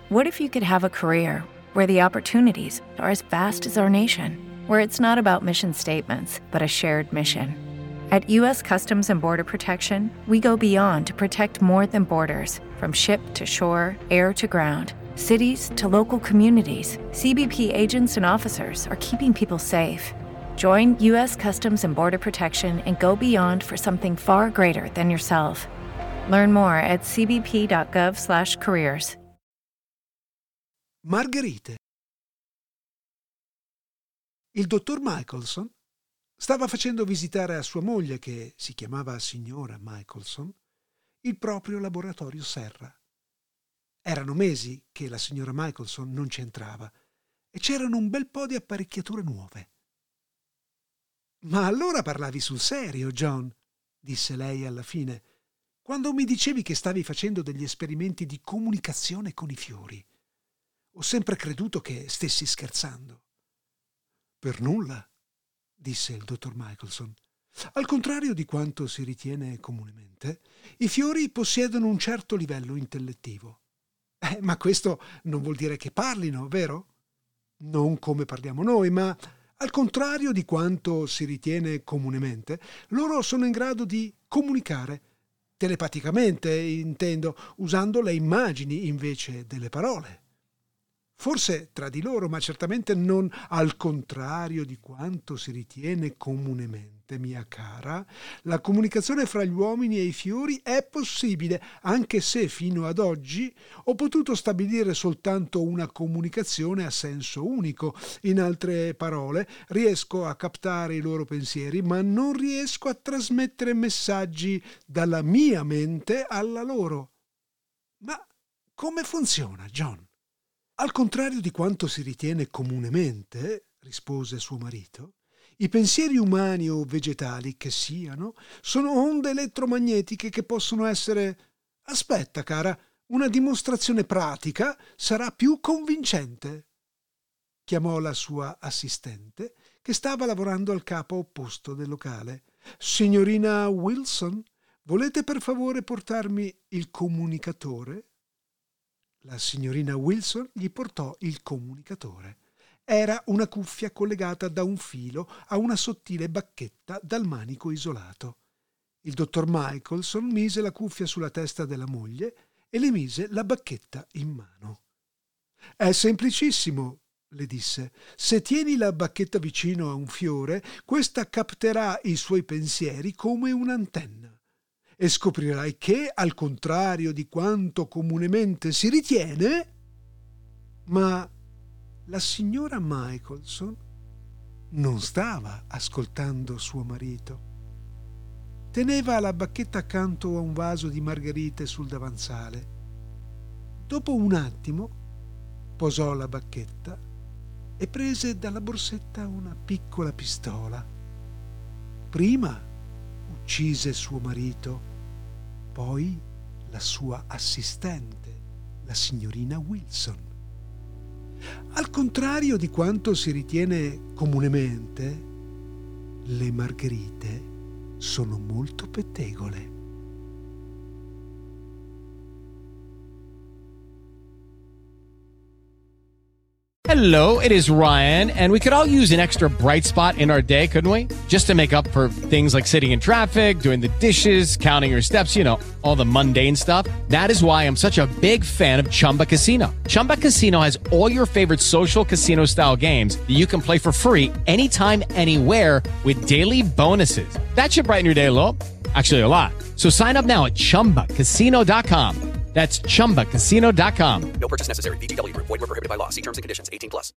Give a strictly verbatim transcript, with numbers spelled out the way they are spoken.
What if you could have a career where the opportunities are as vast as our nation, where it's not about mission statements, but a shared mission? At U S Customs and Border Protection, we go beyond to protect more than borders. From ship to shore, air to ground, cities to local communities, C B P agents and officers are keeping people safe. Join U S Customs and Border Protection and go beyond for something far greater than yourself. Learn more at c b p dot gov slash careers. Margherite. Il dottor Michelson stava facendo visitare a sua moglie, che si chiamava signora Michelson, il proprio laboratorio Serra. Erano mesi che la signora Michelson non c'entrava e c'erano un bel po' di apparecchiature nuove. «Ma allora parlavi sul serio, John», disse lei alla fine, «quando mi dicevi che stavi facendo degli esperimenti di comunicazione con i fiori. Ho sempre creduto che stessi scherzando». «Per nulla», disse il dottor Michelson. «Al contrario di quanto si ritiene comunemente, i fiori possiedono un certo livello intellettivo». Eh, «ma questo non vuol dire che parlino, vero?» «Non come parliamo noi, ma al contrario di quanto si ritiene comunemente, loro sono in grado di comunicare, telepaticamente intendo, usando le immagini invece delle parole. Forse tra di loro, ma certamente non al contrario di quanto si ritiene comunemente, mia cara. La comunicazione fra gli uomini e i fiori è possibile, anche se fino ad oggi ho potuto stabilire soltanto una comunicazione a senso unico. In altre parole, riesco a captare i loro pensieri, ma non riesco a trasmettere messaggi dalla mia mente alla loro». «Ma come funziona, John?» «Al contrario di quanto si ritiene comunemente», rispose suo marito, «i pensieri umani o vegetali che siano sono onde elettromagnetiche che possono essere... Aspetta, cara, una dimostrazione pratica sarà più convincente». Chiamò la sua assistente, che stava lavorando al capo opposto del locale. «Signorina Wilson, volete per favore portarmi il comunicatore?» La signorina Wilson gli portò il comunicatore. Era una cuffia collegata da un filo a una sottile bacchetta dal manico isolato. Il dottor Michelson mise la cuffia sulla testa della moglie e le mise la bacchetta in mano. «È semplicissimo», le disse. «Se tieni la bacchetta vicino a un fiore, questa capterà i suoi pensieri come un'antenna. E scoprirai che, al contrario di quanto comunemente si ritiene...» Ma la signora Michelson non stava ascoltando suo marito. Teneva la bacchetta accanto a un vaso di margherite sul davanzale. Dopo un attimo posò la bacchetta e prese dalla borsetta una piccola pistola. Prima uccise suo marito, poi la sua assistente, la signorina Wilson. Al contrario di quanto si ritiene comunemente, le margherite sono molto pettegole. Hello, it is Ryan, and we could all use an extra bright spot in our day, couldn't we? Just to make up for things like sitting in traffic, doing the dishes, counting your steps, you know, all the mundane stuff. That is why I'm such a big fan of Chumba Casino. Chumba Casino has all your favorite social casino-style games that you can play for free anytime, anywhere with daily bonuses. That should brighten your day a little. Actually, a lot. So sign up now at chumba casino dot com. That's chumba casino dot com. No purchase necessary. V G W Group. Void where prohibited by law. See terms and conditions. eighteen plus.